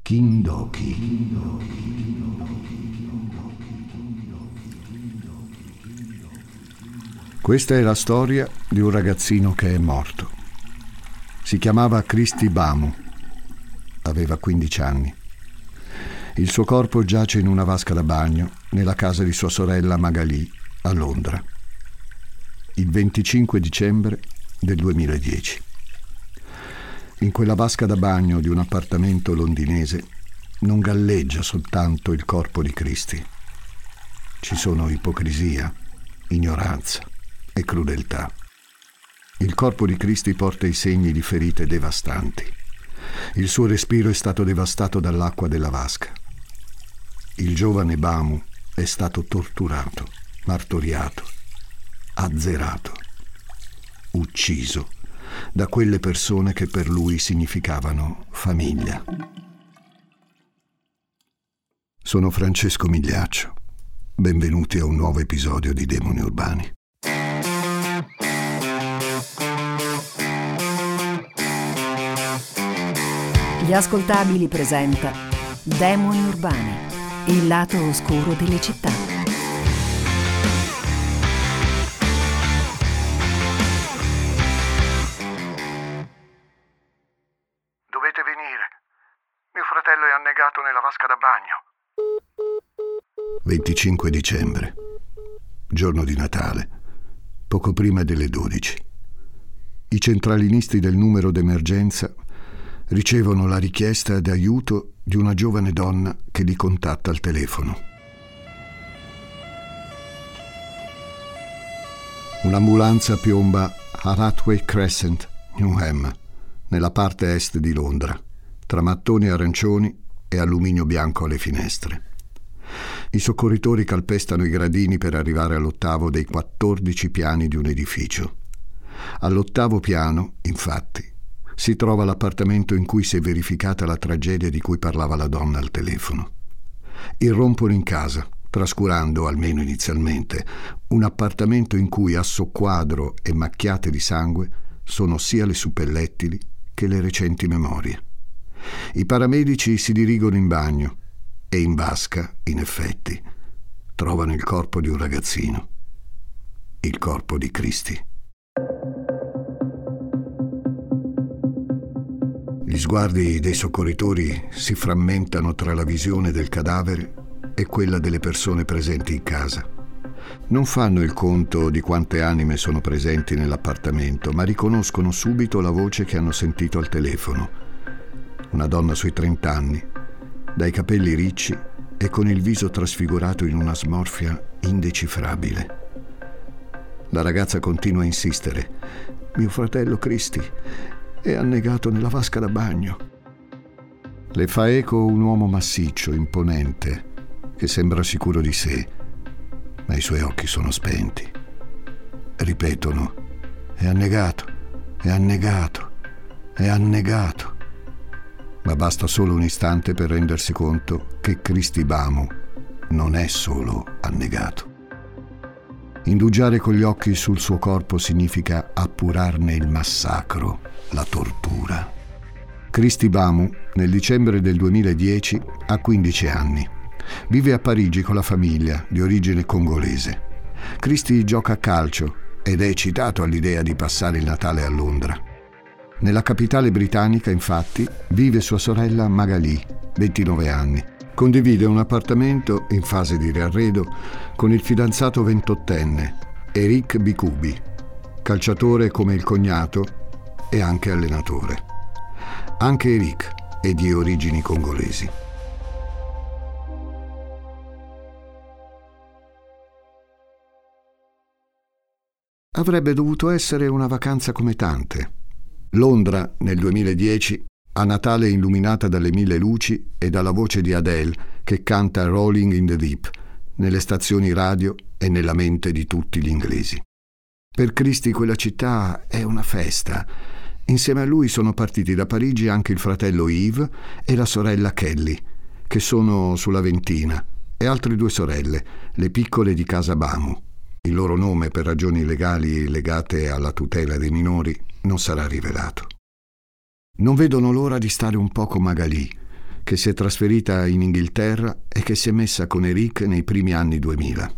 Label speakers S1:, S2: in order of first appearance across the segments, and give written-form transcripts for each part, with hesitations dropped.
S1: Kindoki. Questa è la storia di un ragazzino che è morto. Si chiamava Christy Bamu. Aveva 15 anni. Il suo corpo giace in una vasca da bagno nella casa di sua sorella Magali a Londra. Il 25 dicembre del 2010. In quella vasca da bagno di un appartamento londinese non galleggia soltanto il corpo di Christy. Ci sono ipocrisia, ignoranza e crudeltà. Il corpo di Christy porta i segni di ferite devastanti. Il suo respiro è stato devastato dall'acqua della vasca. Il giovane Bamu è stato torturato, martoriato, azzerato, ucciso da quelle persone che per lui significavano famiglia. Sono Francesco Migliaccio. Benvenuti a un nuovo episodio di Demoni Urbani.
S2: Gli Ascoltabili presenta Demoni Urbani, il lato oscuro delle città.
S1: Dovete venire. Mio fratello è annegato nella vasca da bagno. 25 dicembre, giorno di Natale, poco prima delle 12. I centralinisti del numero d'emergenza ricevono la richiesta d'aiuto di una giovane donna che li contatta al telefono. Un'ambulanza piomba a Rathway Crescent, Newham, nella parte est di Londra, tra mattoni arancioni e alluminio bianco alle finestre. I soccorritori calpestano i gradini per arrivare all'8° dei 14 piani di un edificio. All'8° piano, infatti, si trova l'appartamento in cui si è verificata la tragedia di cui parlava la donna al telefono. Irrompono in casa, trascurando, almeno inizialmente, un appartamento in cui a soqquadro e macchiate di sangue sono sia le suppellettili che le recenti memorie. I paramedici si dirigono in bagno e in vasca, in effetti, trovano il corpo di un ragazzino. Il corpo di Christy. Gli sguardi dei soccorritori si frammentano tra la visione del cadavere e quella delle persone presenti in casa. Non fanno il conto di quante anime sono presenti nell'appartamento, ma riconoscono subito la voce che hanno sentito al telefono. Una donna sui 30 anni, dai capelli ricci e con il viso trasfigurato in una smorfia indecifrabile. La ragazza continua a insistere. Mio fratello Christy è annegato nella vasca da bagno. Le fa eco un uomo massiccio, imponente, che sembra sicuro di sé, ma i suoi occhi sono spenti. Ripetono: è annegato, è annegato, è annegato. Ma basta solo un istante per rendersi conto che Christy Bamu non è solo annegato. Indugiare con gli occhi sul suo corpo significa appurarne il massacro, la tortura. Christy Bamu, nel dicembre del 2010, ha 15 anni. Vive a Parigi con la famiglia, di origine congolese. Christy gioca a calcio ed è eccitato all'idea di passare il Natale a Londra. Nella capitale britannica, infatti, vive sua sorella Magali, 29 anni. Condivide un appartamento in fase di riarredo con il fidanzato 28enne, Eric Bikubi, calciatore come il cognato e anche allenatore. Anche Eric è di origini congolesi. Avrebbe dovuto essere una vacanza come tante. Londra, nel 2010, a Natale illuminata dalle 1000 luci e dalla voce di Adele che canta Rolling in the Deep nelle stazioni radio e nella mente di tutti gli inglesi. Per Christy quella città è una festa. Insieme a lui sono partiti da Parigi anche il fratello Yves e la sorella Kelly, che sono sulla ventina, e altre 2 sorelle, le piccole di casa Bamu. Il loro nome, per ragioni legali legate alla tutela dei minori, non sarà rivelato. Non vedono l'ora di stare un po' con Magali, che si è trasferita in Inghilterra e che si è messa con Eric nei primi anni 2000.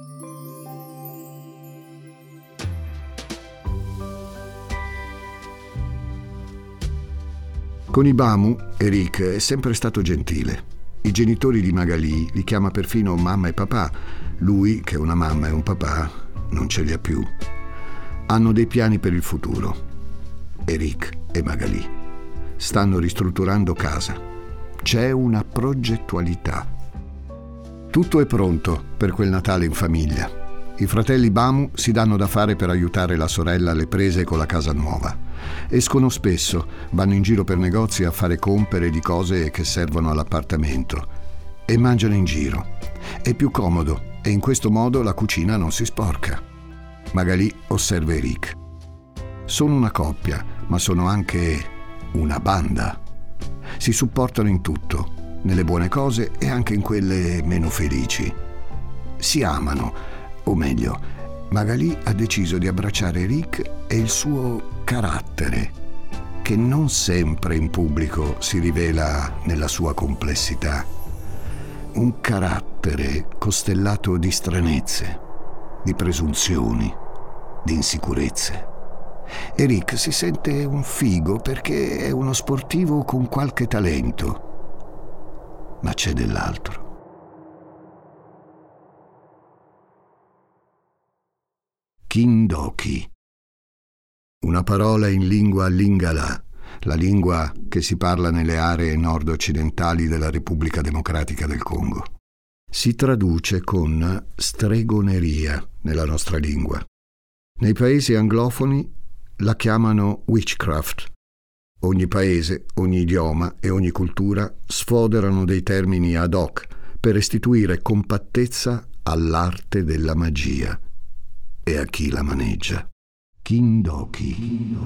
S1: Con i Bamu, Eric è sempre stato gentile. I genitori di Magali li chiama perfino mamma e papà. Lui, che è una mamma e un papà, non ce li ha più. Hanno dei piani per il futuro. Eric e Magali stanno ristrutturando casa. C'è una progettualità. Tutto è pronto per quel Natale in famiglia. I fratelli Bamu si danno da fare per aiutare la sorella alle prese con la casa nuova. Escono spesso, vanno in giro per negozi a fare compere di cose che servono all'appartamento e mangiano in giro. È più comodo e in questo modo la cucina non si sporca. Magali osserva Eric. Sono una coppia, ma sono anche una banda. Si supportano in tutto, nelle buone cose e anche in quelle meno felici. Si amano, o meglio, Magali ha deciso di abbracciare Eric e il suo carattere, che non sempre in pubblico si rivela nella sua complessità. Un carattere costellato di stranezze, di presunzioni, di insicurezze. Eric si sente un figo perché è uno sportivo con qualche talento, ma c'è dell'altro. Kindoki. Una parola in lingua lingala, la lingua che si parla nelle aree nord-occidentali della Repubblica Democratica del Congo. Si traduce con stregoneria nella nostra lingua. Nei paesi anglofoni la chiamano witchcraft. Ogni paese, ogni idioma e ogni cultura sfoderano dei termini ad hoc per restituire compattezza all'arte della magia e a chi la maneggia. Kindoki.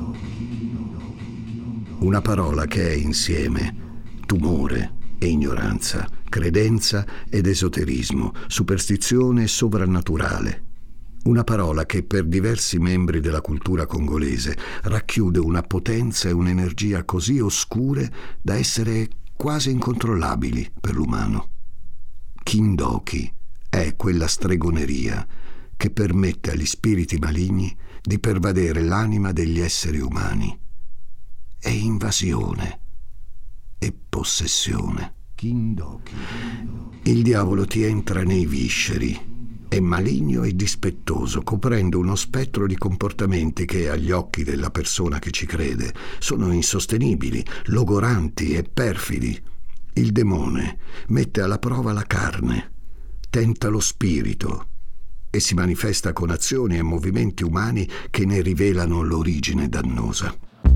S1: Una parola che è insieme tumore e ignoranza, credenza ed esoterismo, superstizione e sovrannaturale. Una parola che per diversi membri della cultura congolese racchiude una potenza e un'energia così oscure da essere quasi incontrollabili per l'umano. Kindoki è quella stregoneria che permette agli spiriti maligni di pervadere l'anima degli esseri umani. È invasione e possessione. Kindoki. Il diavolo ti entra nei visceri. È maligno e dispettoso, coprendo uno spettro di comportamenti che, agli occhi della persona che ci crede, sono insostenibili, logoranti e perfidi. Il demone mette alla prova la carne, tenta lo spirito e si manifesta con azioni e movimenti umani che ne rivelano l'origine dannosa.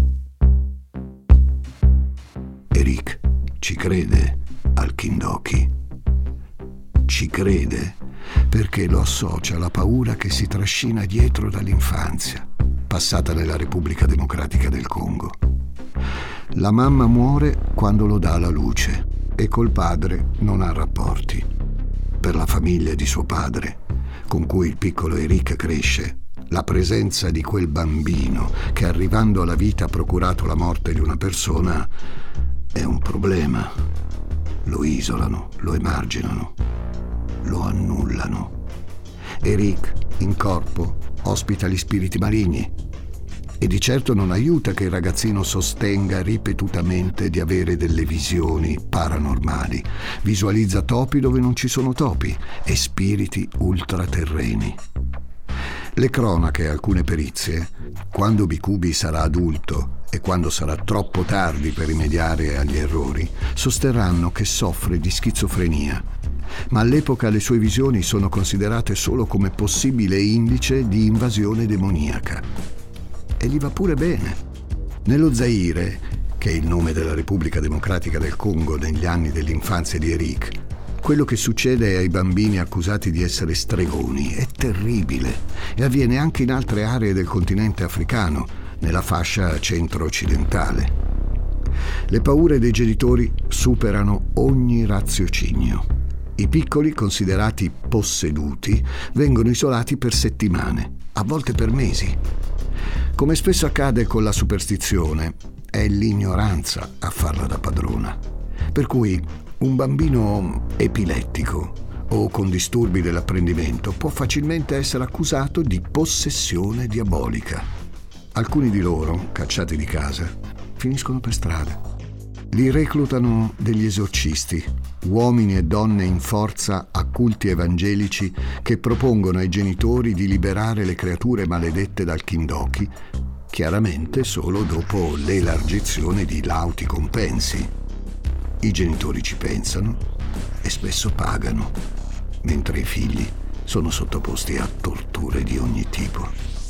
S1: Eric ci crede al Kindoki. Ci crede perché lo associa alla paura che si trascina dietro dall'infanzia, passata nella Repubblica Democratica del Congo. La mamma muore quando lo dà alla luce e col padre non ha rapporti. Per la famiglia di suo padre, con cui il piccolo Eric cresce, la presenza di quel bambino che arrivando alla vita ha procurato la morte di una persona è un problema. Lo isolano, lo emarginano, lo annullano. Eric, in corpo, ospita gli spiriti maligni e di certo non aiuta che il ragazzino sostenga ripetutamente di avere delle visioni paranormali. Visualizza topi dove non ci sono topi e spiriti ultraterreni. Le cronache e alcune perizie, quando Bikubi sarà adulto e quando sarà troppo tardi per rimediare agli errori, sosterranno che soffre di schizofrenia. Ma all'epoca le sue visioni sono considerate solo come possibile indice di invasione demoniaca. E gli va pure bene. Nello Zaire, che è il nome della Repubblica Democratica del Congo negli anni dell'infanzia di Eric, quello che succede ai bambini accusati di essere stregoni è terribile e avviene anche in altre aree del continente africano, nella fascia centro-occidentale. Le paure dei genitori superano ogni raziocinio. I piccoli, considerati posseduti, vengono isolati per settimane, a volte per mesi. Come spesso accade con la superstizione, è l'ignoranza a farla da padrona. Per cui un bambino epilettico o con disturbi dell'apprendimento può facilmente essere accusato di possessione diabolica. Alcuni di loro, cacciati di casa, finiscono per strada. Li reclutano degli esorcisti, uomini e donne in forza a culti evangelici che propongono ai genitori di liberare le creature maledette dal kindoki, chiaramente solo dopo l'elargizione di lauti compensi. I genitori ci pensano e spesso pagano, mentre i figli sono sottoposti a torture di ogni tipo.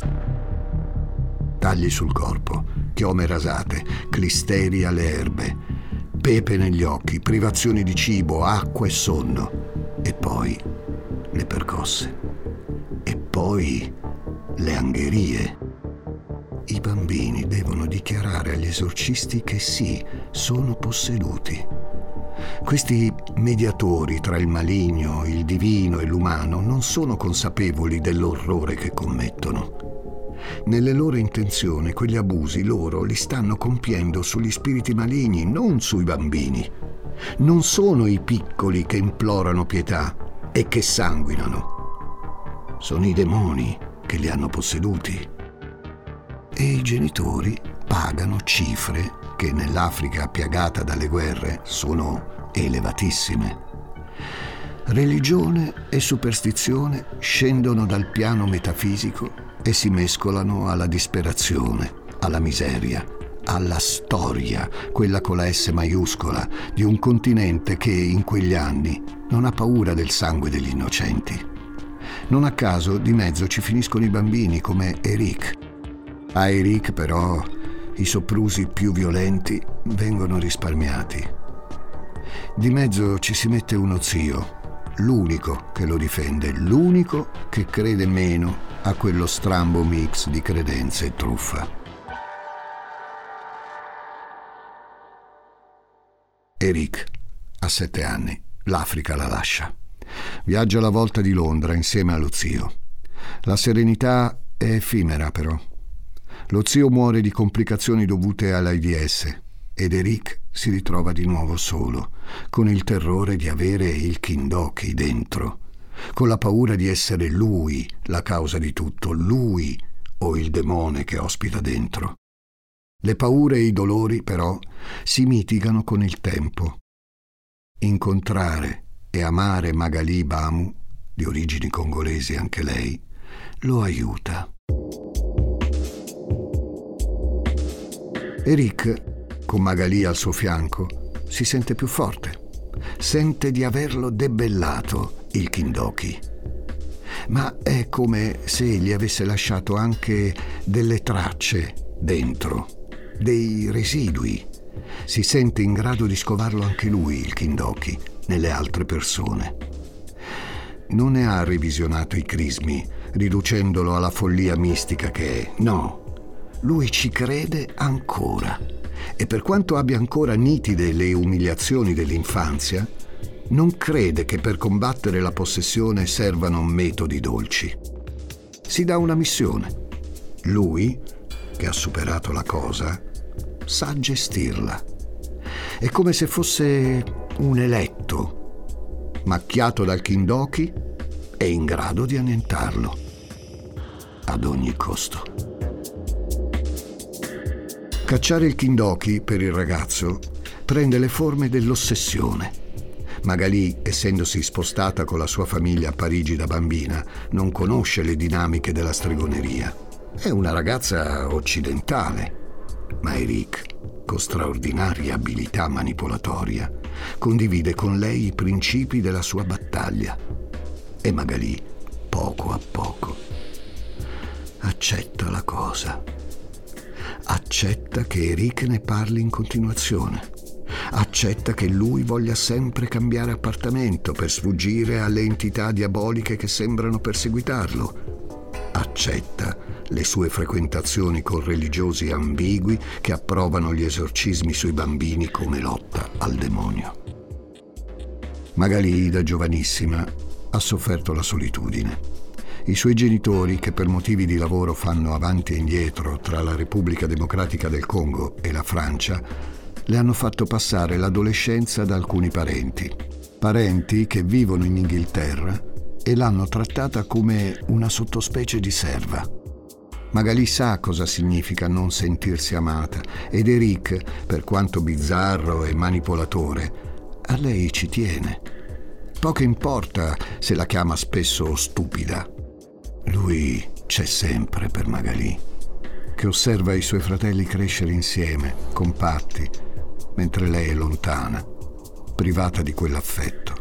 S1: Tagli sul corpo, chiome rasate, clisteri alle erbe, pepe negli occhi, privazioni di cibo, acqua e sonno, e poi le percosse, e poi le angherie. I bambini devono dichiarare agli esorcisti che sì, sono posseduti. Questi mediatori tra il maligno, il divino e l'umano non sono consapevoli dell'orrore che commettono. Nelle loro intenzioni, quegli abusi loro li stanno compiendo sugli spiriti maligni, non sui bambini. Non sono i piccoli che implorano pietà e che sanguinano. Sono i demoni che li hanno posseduti. E i genitori pagano cifre che nell'Africa piagata dalle guerre sono elevatissime. Religione e superstizione scendono dal piano metafisico e si mescolano alla disperazione, alla miseria, alla storia, quella con la S maiuscola, di un continente che in quegli anni non ha paura del sangue degli innocenti. Non a caso di mezzo ci finiscono i bambini come Eric. A Eric però i soprusi più violenti vengono risparmiati. Di mezzo ci si mette uno zio, l'unico che lo difende, l'unico che crede meno a quello strambo mix di credenze e truffa. Eric ha 7 anni, l'Africa la lascia. Viaggia alla volta di Londra insieme allo zio. La serenità è effimera però. Lo zio muore di complicazioni dovute all'AIDS ed Eric si ritrova di nuovo solo, con il terrore di avere il kindoki dentro, con la paura di essere lui la causa di tutto, lui o il demone che ospita dentro. Le paure e i dolori, però, si mitigano con il tempo. Incontrare e amare Magali Bamu, di origini congolesi anche lei, lo aiuta. Eric, con Magali al suo fianco, si sente più forte. Sente di averlo debellato il kindoki. Ma è come se egli avesse lasciato anche delle tracce dentro, dei residui. Si sente in grado di scovarlo anche lui, il kindoki, nelle altre persone. Non ne ha revisionato i crismi, riducendolo alla follia mistica che è. No, lui ci crede ancora. E per quanto abbia ancora nitide le umiliazioni dell'infanzia, non crede che per combattere la possessione servano metodi dolci. Si dà una missione. Lui, che ha superato la cosa, sa gestirla. È come se fosse un eletto, macchiato dal kindoki e in grado di annientarlo. Ad ogni costo. Cacciare il kindoki per il ragazzo prende le forme dell'ossessione. Magali, essendosi spostata con la sua famiglia a Parigi da bambina, non conosce le dinamiche della stregoneria. È una ragazza occidentale, ma Eric, con straordinaria abilità manipolatoria, condivide con lei i principi della sua battaglia. E Magali, poco a poco, accetta la cosa. Accetta che Eric ne parli in continuazione. Accetta che lui voglia sempre cambiare appartamento per sfuggire alle entità diaboliche che sembrano perseguitarlo. Accetta le sue frequentazioni con religiosi ambigui che approvano gli esorcismi sui bambini come lotta al demonio. Magali, da giovanissima, ha sofferto la solitudine. I suoi genitori, che per motivi di lavoro fanno avanti e indietro tra la Repubblica Democratica del Congo e la Francia, le hanno fatto passare l'adolescenza da alcuni parenti che vivono in Inghilterra e l'hanno trattata come una sottospecie di serva. Magalì sa cosa significa non sentirsi amata ed Eric, per quanto bizzarro e manipolatore, a lei ci tiene. Poco importa se la chiama spesso stupida. Lui c'è sempre per Magalì, che osserva i suoi fratelli crescere insieme, compatti, mentre lei è lontana, privata di quell'affetto.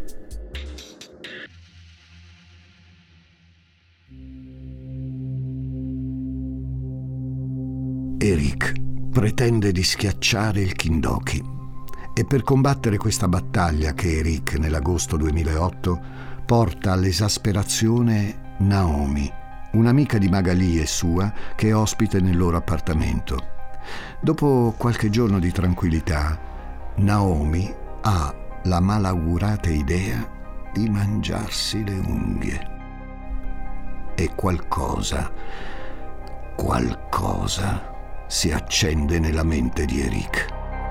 S1: Eric pretende di schiacciare il Kindoki e per combattere questa battaglia che Eric nell'agosto 2008 porta all'esasperazione Naomi, un'amica di Magalì e sua che è ospite nel loro appartamento. Dopo qualche giorno di tranquillità, Naomi ha la malaugurata idea di mangiarsi le unghie. E qualcosa si accende nella mente di Eric.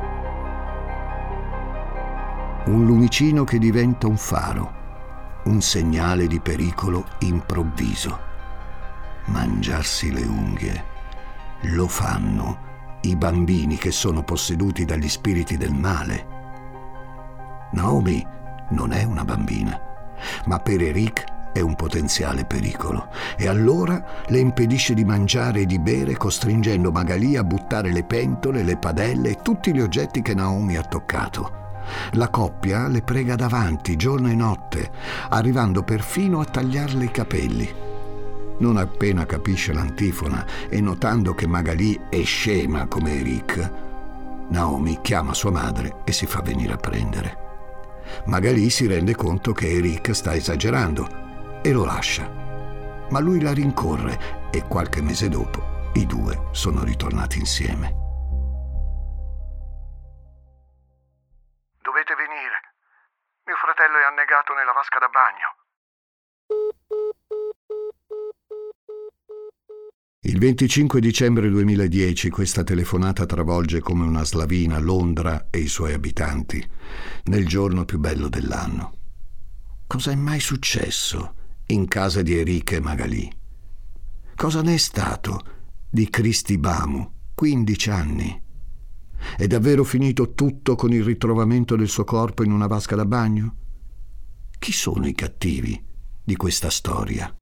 S1: Un lumicino che diventa un faro, un segnale di pericolo improvviso. Mangiarsi le unghie lo fanno i bambini che sono posseduti dagli spiriti del male. Naomi non è una bambina, ma per Eric è un potenziale pericolo e allora le impedisce di mangiare e di bere, costringendo Magalì a buttare le pentole, le padelle e tutti gli oggetti che Naomi ha toccato. La coppia le prega davanti giorno e notte, arrivando perfino a tagliarle i capelli. Non appena capisce l'antifona e notando che Magalì è scema come Eric, Naomi chiama sua madre e si fa venire a prendere. Magalì si rende conto che Eric sta esagerando e lo lascia, ma lui la rincorre e qualche mese dopo i due sono ritornati insieme.
S3: Dovete venire. Mio fratello è annegato nella vasca da bagno.
S1: Il 25 dicembre 2010 questa telefonata travolge come una slavina Londra e i suoi abitanti, nel giorno più bello dell'anno. Cosa è mai successo in casa di Eric e Magalì? Cosa ne è stato di Kristi Bamu, 15 anni? È davvero finito tutto con il ritrovamento del suo corpo in una vasca da bagno? Chi sono i cattivi di questa storia?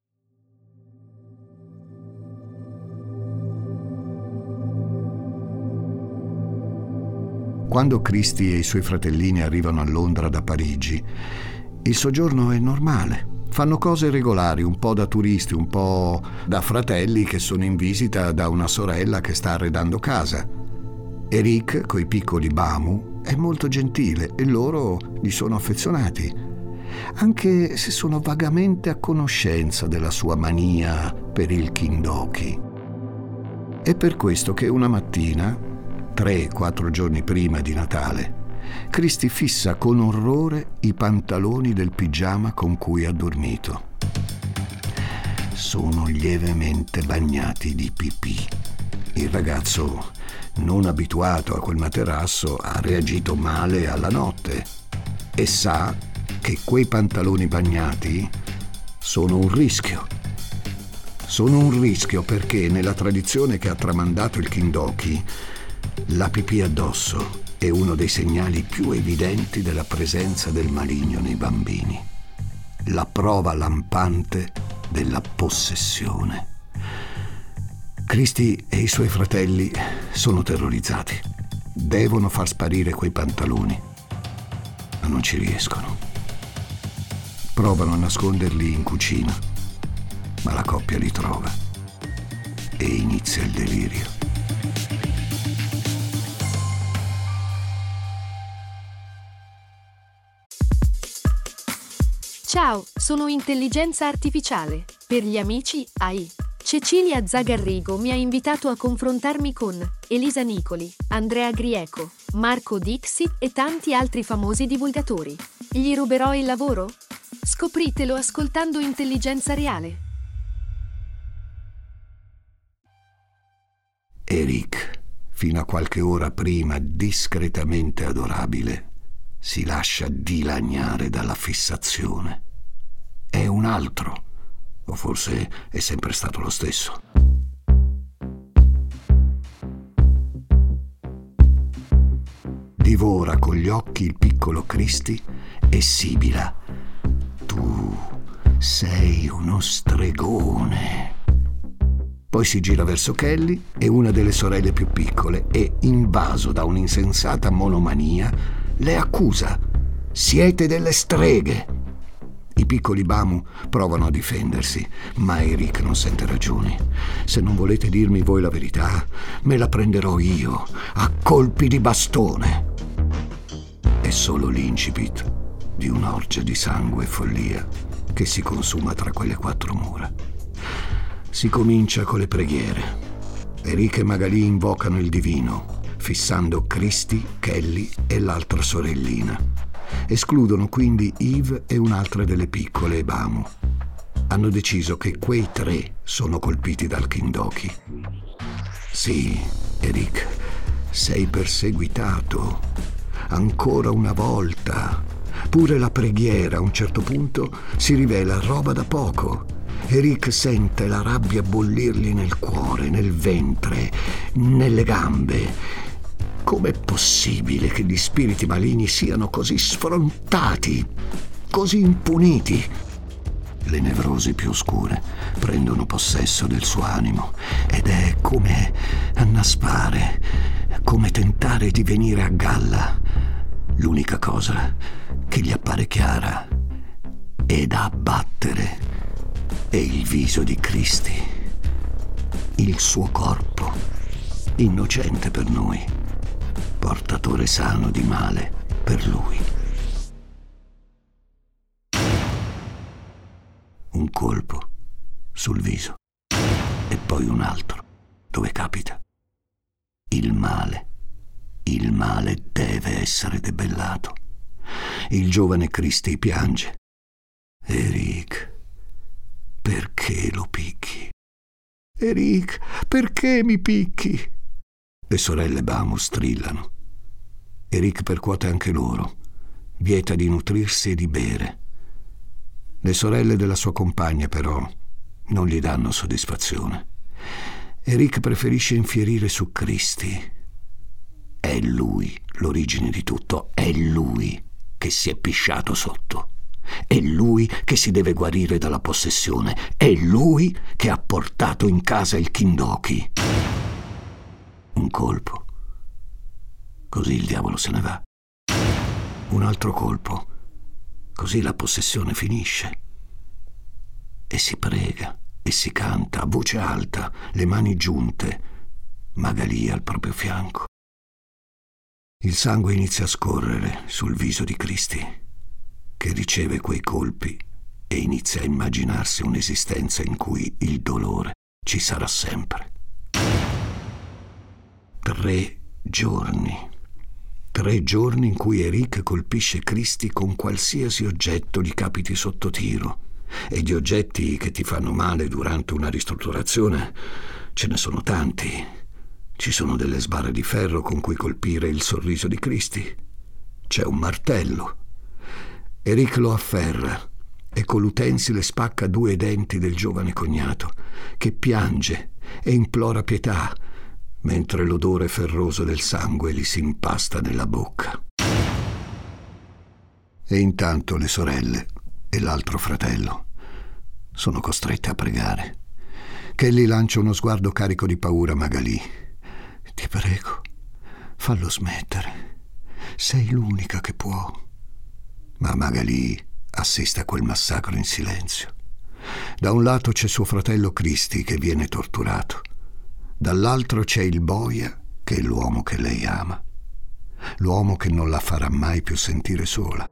S1: Quando Kristi e i suoi fratellini arrivano a Londra da Parigi, il soggiorno è normale. Fanno cose regolari, un po' da turisti, un po' da fratelli che sono in visita da una sorella che sta arredando casa. Eric, coi piccoli Bamu, è molto gentile e loro gli sono affezionati, anche se sono vagamente a conoscenza della sua mania per il Kindoki. È per questo che una mattina, 3-4 giorni prima di Natale, Kristi fissa con orrore i pantaloni del pigiama con cui ha dormito. Sono lievemente bagnati di pipì. Il ragazzo, non abituato a quel materasso, ha reagito male alla notte e sa che quei pantaloni bagnati sono un rischio. Sono un rischio perché nella tradizione che ha tramandato il Kindoki, la pipì addosso è uno dei segnali più evidenti della presenza del maligno nei bambini, la prova lampante della possessione. Kristi e i suoi fratelli sono terrorizzati. Devono far sparire quei pantaloni, ma non ci riescono. Provano a nasconderli in cucina, ma la coppia li trova e inizia il delirio.
S4: Ciao, sono intelligenza artificiale. Per gli amici, AI. Cecilia Zagarrigo mi ha invitato a confrontarmi con Elisa Nicoli, Andrea Grieco, Marco Dixi e tanti altri famosi divulgatori. Gli ruberò il lavoro? Scopritelo ascoltando Intelligenza Reale.
S1: Eric fino a qualche ora prima discretamente adorabile, si lascia dilaniare dalla fissazione. È un altro, o forse è sempre stato lo stesso. Divora con gli occhi il piccolo Christy e sibila: tu sei uno stregone. Poi si gira verso Kelly e una delle sorelle più piccole e, invaso da un'insensata monomania, le accusa: siete delle streghe. I piccoli Bamu provano a difendersi, ma Eric non sente ragioni. Se non volete dirmi voi la verità, me la prenderò io, a colpi di bastone. È solo l'incipit di un'orgia di sangue e follia che si consuma tra quelle 4 mura. Si comincia con le preghiere. Eric e Magali invocano il divino, fissando Christy, Kelly e l'altra sorellina. Escludono quindi Eve e un'altra delle piccole Bamu. Hanno deciso che quei 3 sono colpiti dal Kindoki. Sì, Eric, sei perseguitato. Ancora una volta. Pure la preghiera a un certo punto si rivela roba da poco. Eric sente la rabbia bollirgli nel cuore, nel ventre, nelle gambe. Com'è possibile che gli spiriti maligni siano così sfrontati, così impuniti? Le nevrosi più oscure prendono possesso del suo animo ed è come annaspare, come tentare di venire a galla. L'unica cosa che gli appare chiara e da abbattere è il viso di Christy, il suo corpo, innocente per noi, portatore sano di male per lui. Un colpo sul viso e poi un altro dove capita. Il male deve essere debellato. Il giovane Christy piange. Eric, perché lo picchi? Eric, perché mi picchi? Le sorelle Bamu strillano. Eric percuote anche loro, vieta di nutrirsi e di bere. Le sorelle della sua compagna, però, non gli danno soddisfazione. Eric preferisce infierire su Christy. È lui l'origine di tutto, è lui che si è pisciato sotto. È lui che si deve guarire dalla possessione, è lui che ha portato in casa il Kindoki. Un colpo. Così il diavolo se ne va. Un altro colpo. Così la possessione finisce. E si prega, e si canta a voce alta, le mani giunte, Magali al proprio fianco. Il sangue inizia a scorrere sul viso di Christy, che riceve quei colpi e inizia a immaginarsi un'esistenza in cui il dolore ci sarà sempre. 3 giorni. 3 giorni in cui Eric colpisce Christy con qualsiasi oggetto gli capiti sotto tiro. E di oggetti che ti fanno male durante una ristrutturazione ce ne sono tanti. Ci sono delle sbarre di ferro con cui colpire il sorriso di Christy. C'è un martello. Eric lo afferra e con l'utensile spacca 2 denti del giovane cognato, che piange e implora pietà, mentre l'odore ferroso del sangue gli si impasta nella bocca. E intanto le sorelle e l'altro fratello sono costrette a pregare. Kelly lancia uno sguardo carico di paura a Magali. Ti prego, fallo smettere. Sei l'unica che può. Ma Magali assiste a quel massacro in silenzio. Da un lato c'è suo fratello Christy che viene torturato. Dall'altro c'è il boia, che è l'uomo che lei ama. L'uomo che non la farà mai più sentire sola.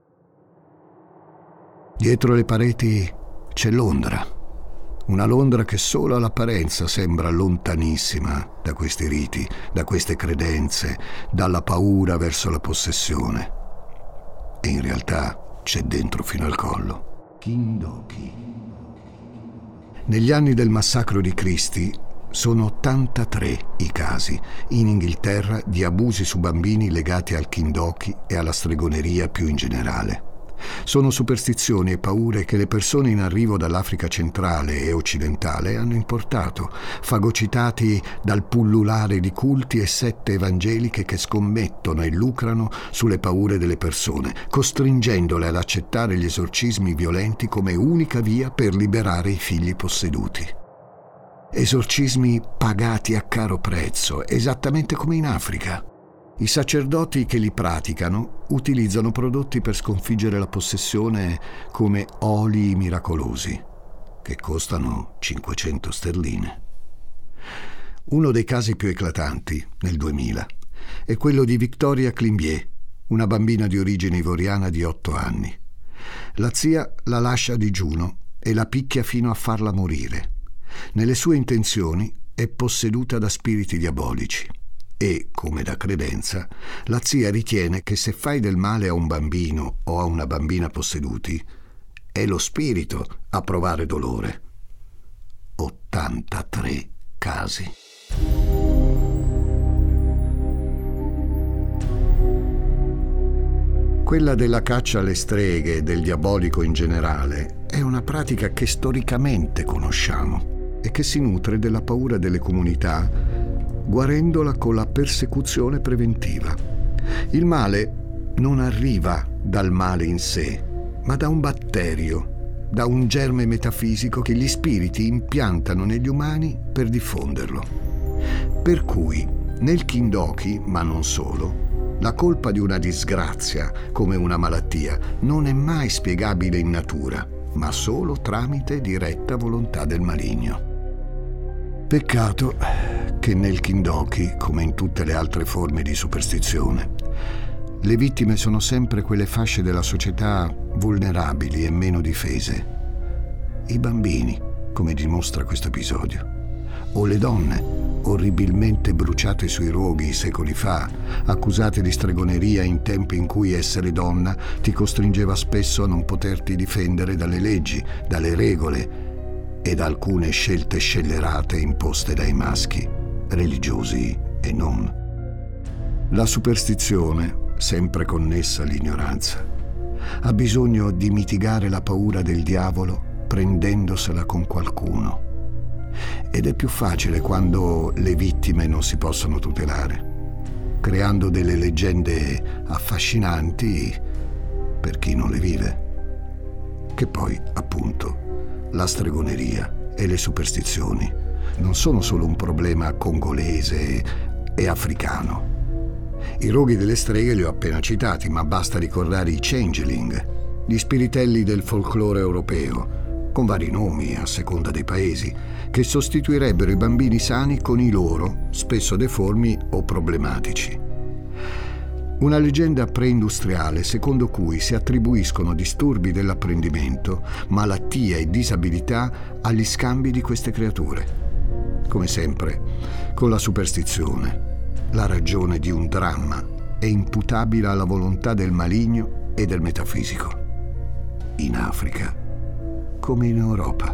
S1: Dietro le pareti c'è Londra. Una Londra che solo all'apparenza sembra lontanissima da questi riti, da queste credenze, dalla paura verso la possessione. E in realtà c'è dentro fino al collo. Kindoki. Negli anni del massacro di Christy, Sono 83 i casi in Inghilterra di abusi su bambini legati al kindoki e alla stregoneria più in generale. Sono superstizioni e paure che le persone in arrivo dall'Africa centrale e occidentale hanno importato, fagocitati dal pullulare di culti e sette evangeliche che scommettono e lucrano sulle paure delle persone, costringendole ad accettare gli esorcismi violenti come unica via per liberare i figli posseduti. Esorcismi pagati a caro prezzo, esattamente come in Africa. I sacerdoti che li praticano utilizzano prodotti per sconfiggere la possessione come olii miracolosi, che costano 500 sterline. Uno dei casi più eclatanti, nel 2000, è quello di Victoria Climbier, una bambina di origine ivoriana di 8 anni. La zia la lascia a digiuno e la picchia fino a farla morire. Nelle sue intenzioni è posseduta da spiriti diabolici. E, come da credenza, la zia ritiene che se fai del male a un bambino o a una bambina posseduti, è lo spirito a provare dolore. 83 casi. Quella della caccia alle streghe e del diabolico in generale è una pratica che storicamente conosciamo e che si nutre della paura delle comunità, guarendola con la persecuzione preventiva. Il male non arriva dal male in sé, ma da un batterio, da un germe metafisico che gli spiriti impiantano negli umani per diffonderlo. Per cui, nel kindoki, ma non solo, la colpa di una disgrazia, come una malattia, non è mai spiegabile in natura, ma solo tramite diretta volontà del maligno. Peccato che nel kindoki, come in tutte le altre forme di superstizione, le vittime sono sempre quelle fasce della società vulnerabili e meno difese. I bambini, come dimostra questo episodio, o le donne, orribilmente bruciate sui roghi secoli fa, accusate di stregoneria in tempi in cui essere donna ti costringeva spesso a non poterti difendere dalle leggi, dalle regole e da alcune scelte scellerate imposte dai maschi, religiosi e non. La superstizione, sempre connessa all'ignoranza, ha bisogno di mitigare la paura del diavolo prendendosela con qualcuno. Ed è più facile quando le vittime non si possono tutelare, creando delle leggende affascinanti per chi non le vive. Che poi, appunto, la stregoneria e le superstizioni non sono solo un problema congolese e africano. I roghi delle streghe li ho appena citati, ma basta ricordare i changeling, gli spiritelli del folklore europeo, con vari nomi a seconda dei paesi, che sostituirebbero i bambini sani con i loro, spesso deformi o problematici. Una leggenda preindustriale secondo cui si attribuiscono disturbi dell'apprendimento, malattie e disabilità agli scambi di queste creature. Come sempre, con la superstizione, la ragione di un dramma è imputabile alla volontà del maligno e del metafisico. In Africa, come in Europa.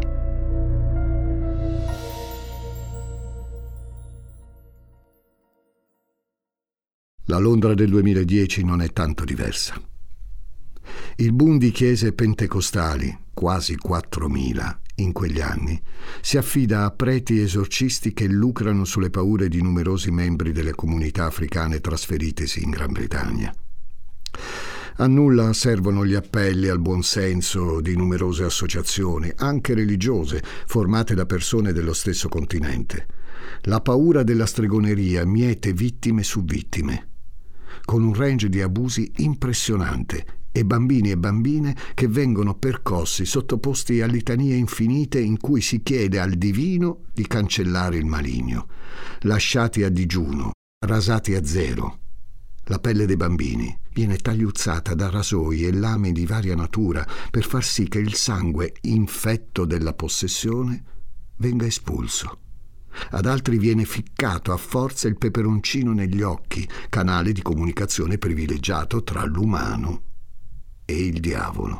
S1: La Londra del 2010 non è tanto diversa. Il boom di chiese pentecostali, quasi 4.000 in quegli anni, si affida a preti esorcisti che lucrano sulle paure di numerosi membri delle comunità africane trasferitesi in Gran Bretagna. A nulla servono gli appelli al buonsenso di numerose associazioni, anche religiose, formate da persone dello stesso continente. La paura della stregoneria miete vittime su vittime, con un range di abusi impressionante, e bambine che vengono percossi, sottoposti a litanie infinite in cui si chiede al divino di cancellare il maligno, lasciati a digiuno, rasati a zero. La pelle dei bambini viene tagliuzzata da rasoi e lame di varia natura per far sì che il sangue infetto della possessione venga espulso. Ad altri viene ficcato a forza il peperoncino negli occhi, canale di comunicazione privilegiato tra l'umano e il diavolo.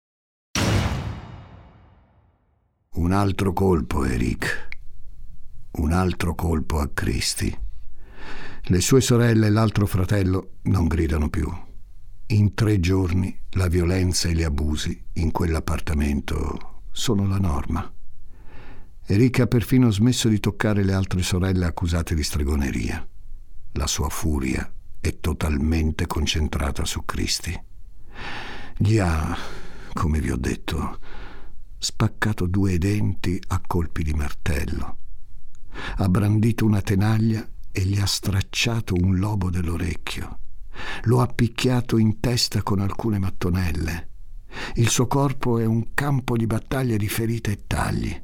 S1: Un altro colpo, Eric. Un altro colpo a Christy. Le sue sorelle e l'altro fratello non gridano più. In 3 giorni la violenza e gli abusi in quell'appartamento sono la norma. Eric ha perfino smesso di toccare le altre sorelle accusate di stregoneria. La sua furia è totalmente concentrata su Christy. Gli ha, come vi ho detto, spaccato 2 denti a colpi di martello. Ha brandito una tenaglia e gli ha stracciato un lobo dell'orecchio. Lo ha picchiato in testa con alcune mattonelle. Il suo corpo è un campo di battaglia di ferite e tagli.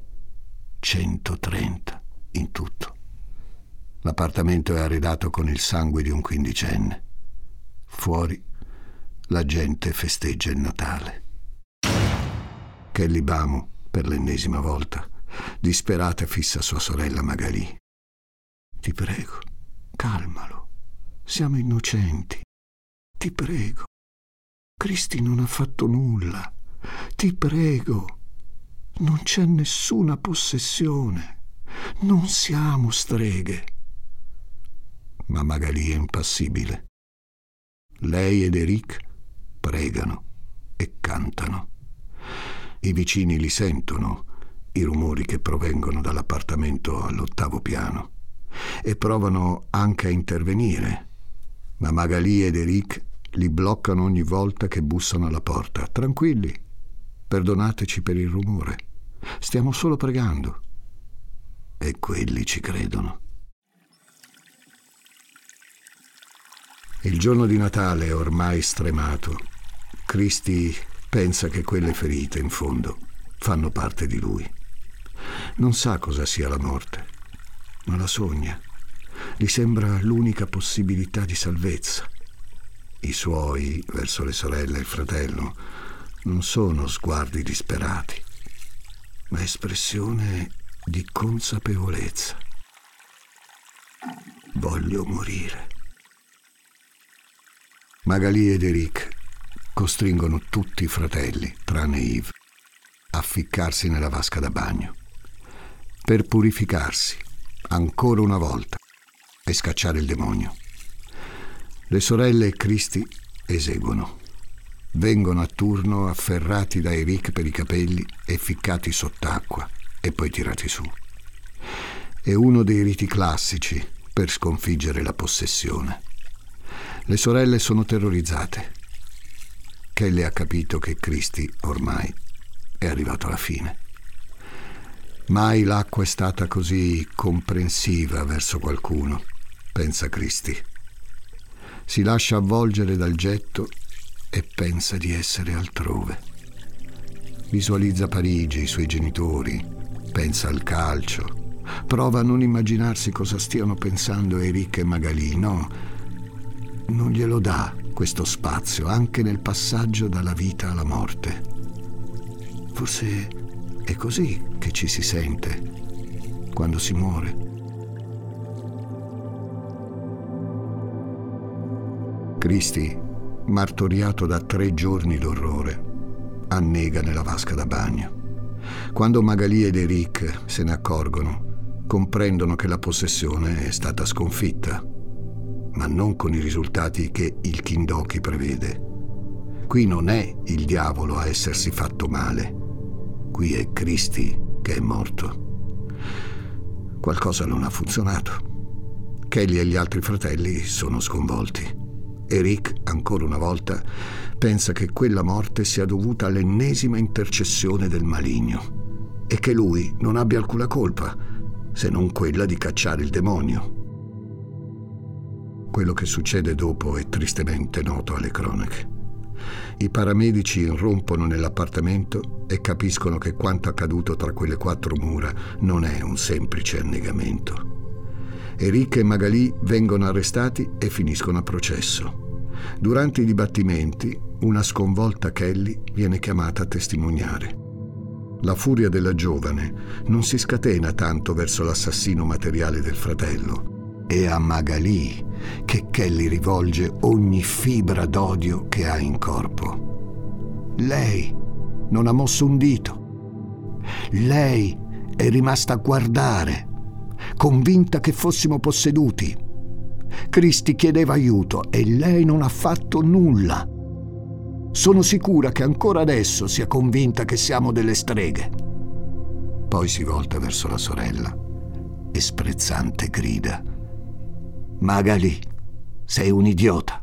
S1: 130 in tutto. L'appartamento è arredato con il sangue di un 15enne. Fuori la gente festeggia il Natale. Kelly Bamu, per l'ennesima volta, disperata, fissa sua sorella Magali. Ti prego, calmalo. Siamo innocenti. Ti prego. Christy non ha fatto nulla. Ti prego. Non c'è nessuna possessione. Non siamo streghe. Ma Magali è impassibile. Lei ed Eric pregano e cantano. I vicini li sentono, i rumori che provengono dall'appartamento all'8° piano, e provano anche a intervenire, ma Magali ed Eric li bloccano ogni volta che bussano alla porta. Tranquilli, perdonateci per il rumore, stiamo solo pregando. E quelli ci credono. Il giorno di Natale è ormai stremato. Christy pensa che quelle ferite, in fondo, fanno parte di lui. Non sa cosa sia la morte, ma la sogna. Gli sembra l'unica possibilità di salvezza. I suoi, verso le sorelle e il fratello, non sono sguardi disperati, ma espressione di consapevolezza. Voglio morire. Magali ed Eric costringono tutti i fratelli, tranne Yves, a ficcarsi nella vasca da bagno per purificarsi ancora una volta e scacciare il demonio. Le sorelle e Christy eseguono. Vengono a turno afferrati da Eric per i capelli e ficcati sott'acqua e poi tirati su. È uno dei riti classici per sconfiggere la possessione. Le sorelle sono terrorizzate. Kelly ha capito che Christy ormai è arrivato alla fine. Mai l'acqua è stata così comprensiva verso qualcuno, pensa Christy. Si lascia avvolgere dal getto e pensa di essere altrove. Visualizza Parigi, i suoi genitori, pensa al calcio, prova a non immaginarsi cosa stiano pensando Eric e Magali. No, non glielo dà questo spazio, anche nel passaggio dalla vita alla morte. Forse è così che ci si sente quando si muore. Christy, martoriato da 3 giorni d'orrore, annega nella vasca da bagno. Quando Magali ed Eric se ne accorgono, comprendono che la possessione è stata sconfitta, ma non con i risultati che il Kindoki prevede. Qui non è il diavolo a essersi fatto male, qui è Christy che è morto. Qualcosa non ha funzionato. Kelly e gli altri fratelli sono sconvolti. Eric, ancora una volta, pensa che quella morte sia dovuta all'ennesima intercessione del maligno e che lui non abbia alcuna colpa, se non quella di cacciare il demonio. Quello che succede dopo è tristemente noto alle cronache. I paramedici irrompono nell'appartamento e capiscono che quanto accaduto tra quelle 4 mura non è un semplice annegamento. Eric e Magali vengono arrestati e finiscono a processo. Durante i dibattimenti, una sconvolta Kelly viene chiamata a testimoniare. La furia della giovane non si scatena tanto verso l'assassino materiale del fratello. È a Magali che Kelly rivolge ogni fibra d'odio che ha in corpo. Lei non ha mosso un dito. Lei è rimasta a guardare convinta che fossimo posseduti. Cristi chiedeva aiuto e lei non ha fatto nulla. Sono sicura che ancora adesso sia convinta che siamo delle streghe. Poi si volta verso la sorella e sprezzante grida: Magali, sei un idiota.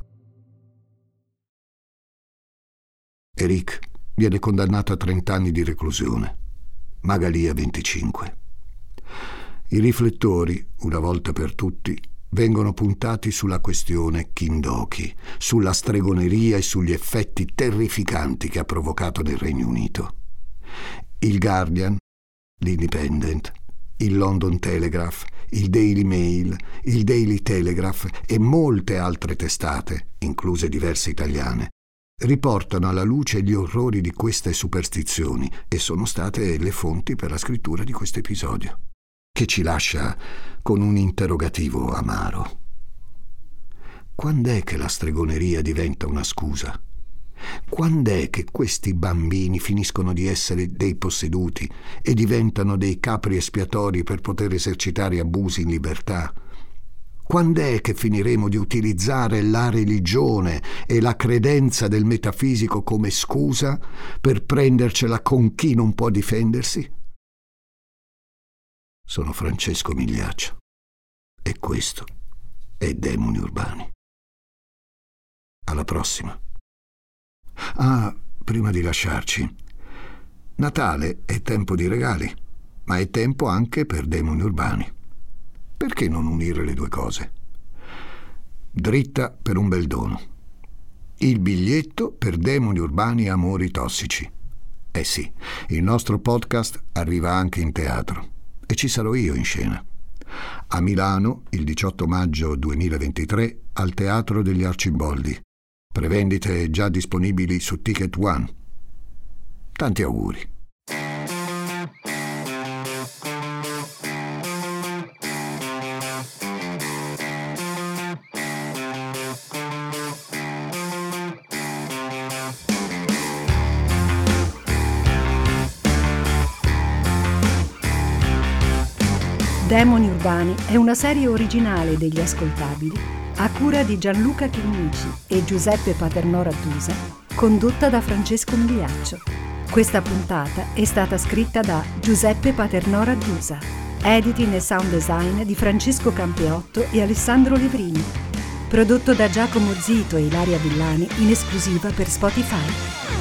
S1: Eric viene condannato a 30 anni di reclusione, Magali a 25. I riflettori, una volta per tutti, vengono puntati sulla questione Kindoki, sulla stregoneria e sugli effetti terrificanti che ha provocato nel Regno Unito. Il Guardian, l'Independent, il London Telegraph, il Daily Mail, il Daily Telegraph e molte altre testate, incluse diverse italiane, riportano alla luce gli orrori di queste superstizioni e sono state le fonti per la scrittura di questo episodio, che ci lascia con un interrogativo amaro. Quand'è che la stregoneria diventa una scusa? Quand'è che questi bambini finiscono di essere dei posseduti e diventano dei capri espiatori per poter esercitare abusi in libertà? Quand'è che finiremo di utilizzare la religione e la credenza del metafisico come scusa per prendercela con chi non può difendersi? Sono Francesco Migliaccio e questo è Demoni Urbani. Alla prossima. Prima di lasciarci, Natale è tempo di regali, ma è tempo anche per Demoni Urbani. Perché non unire le due cose? Dritta per un bel dono. Il biglietto per Demoni Urbani Amori Tossici. Eh sì, il nostro podcast arriva anche in teatro e ci sarò io in scena. A Milano, il 18 maggio 2023, al Teatro degli Arciboldi. Prevendite già disponibili su Ticket One. Tanti auguri.
S2: Demoni Urbani è una serie originale degli Ascoltabili a cura di Gianluca Chinnici e Giuseppe Paternò Rattusa, condotta da Francesco Migliaccio. Questa puntata è stata scritta da Giuseppe Paternò Rattusa, editing e sound design di Francesco Campeotto e Alessandro Levrini, prodotto da Giacomo Zito e Ilaria Villani in esclusiva per Spotify.